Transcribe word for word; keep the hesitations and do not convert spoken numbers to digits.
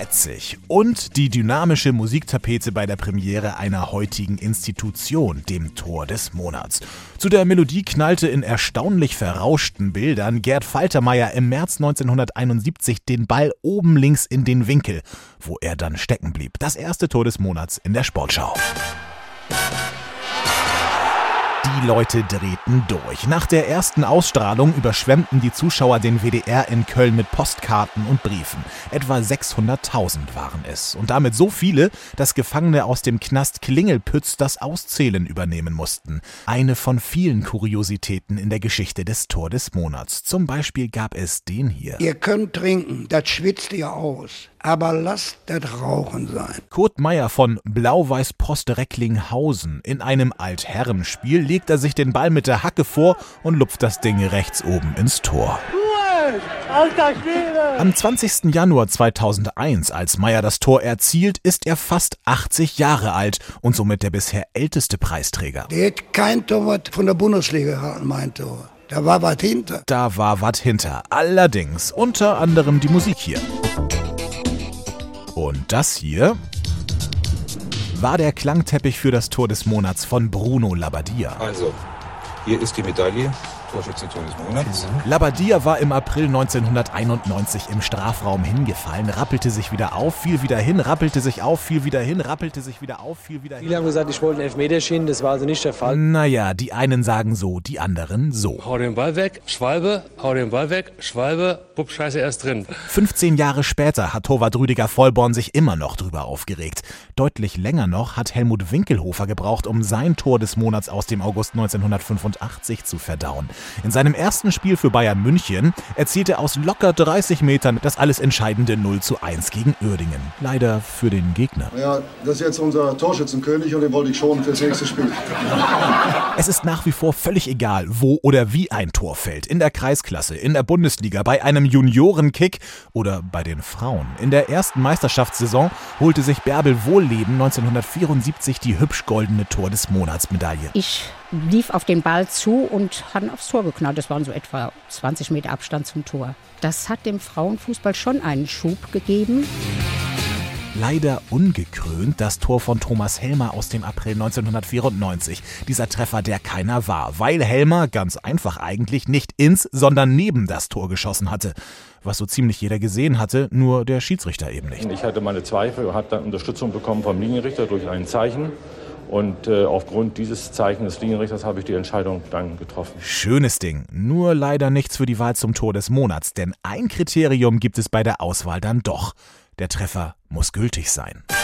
fetzig und die dynamische Musiktapete bei der Premiere einer heutigen Institution, dem Tor des Monats. Zu der Melodie knallte in erstaunlich verrauschten Bildern Gerd Faltermeier im März neunzehnhunderteinundsiebzig den Ball oben links in den Winkel, wo er dann stecken blieb. Das erste Tor des Monats in der Sportschau. Die Leute drehten durch. Nach der ersten Ausstrahlung überschwemmten die Zuschauer den W D R in Köln mit Postkarten und Briefen. Etwa sechshunderttausend waren es. Und damit so viele, dass Gefangene aus dem Knast Klingelpütz das Auszählen übernehmen mussten. Eine von vielen Kuriositäten in der Geschichte des Tor des Monats. Zum Beispiel gab es den hier. Ihr könnt trinken, das schwitzt ihr aus. Aber lasst das Rauchen sein. Kurt Meyer von Blau-Weiß-Post Recklinghausen. In einem Altherrenspiel legt er sich den Ball mit der Hacke vor und lupft das Ding rechts oben ins Tor. Am zwanzigsten Januar zweitausendeins, als Meyer das Tor erzielt, ist er fast achtzig Jahre alt und somit der bisher älteste Preisträger. Der hat kein Torwart von der Bundesliga gehalten, mein Tor. Da war was hinter. Da war was hinter. Allerdings unter anderem die Musik hier. Und das hier war der Klangteppich für das Tor des Monats von Bruno Labbadia. Also, hier ist die Medaille. Torschützentor des Monats. Labbadia war im April neunzehnhunderteinundneunzig im Strafraum hingefallen, rappelte sich wieder auf, fiel wieder hin, rappelte sich auf, fiel wieder hin, rappelte sich wieder auf, fiel wieder hin. Viele haben gesagt, ich wollte einen Elfmeter schießen, das war also nicht der Fall. Naja, die einen sagen so, die anderen so. Hau den Ball weg, Schwalbe, hau den Ball weg, Schwalbe, bupp, scheiße, er ist drin. fünfzehn Jahre später hat Torwart Rüdiger Vollborn sich immer noch drüber aufgeregt. Deutlich länger noch hat Helmut Winkelhofer gebraucht, um sein Tor des Monats aus dem August neunzehnhundertfünfundachtzig zu verdauen. In seinem ersten Spiel für Bayern München erzielte er aus locker dreißig Metern das alles entscheidende null zu eins gegen Uerdingen. Leider für den Gegner. Ja, das ist jetzt unser Torschützenkönig und den wollte ich schonen fürs nächste Spiel. Es ist nach wie vor völlig egal, wo oder wie ein Tor fällt. In der Kreisklasse, in der Bundesliga, bei einem Juniorenkick oder bei den Frauen. In der ersten Meisterschaftssaison holte sich Bärbel Wohlleben neunzehnhundertvierundsiebzig die hübsch goldene Tor des Monats-Medaille. Ich lief auf den Ball zu und hat ihn aufs Tor geknallt. Das waren so etwa zwanzig Meter Abstand zum Tor. Das hat dem Frauenfußball schon einen Schub gegeben. Leider ungekrönt das Tor von Thomas Helmer aus dem April neunzehnhundertvierundneunzig. Dieser Treffer, der keiner war, weil Helmer, ganz einfach eigentlich, nicht ins, sondern neben das Tor geschossen hatte. Was so ziemlich jeder gesehen hatte, nur der Schiedsrichter eben nicht. Ich hatte meine Zweifel und habe dann Unterstützung bekommen vom Linienrichter durch ein Zeichen. Und äh, aufgrund dieses Zeichens des Linienrichters habe ich die Entscheidung dann getroffen. Schönes Ding, nur leider nichts für die Wahl zum Tor des Monats. Denn ein Kriterium gibt es bei der Auswahl dann doch. Der Treffer muss gültig sein.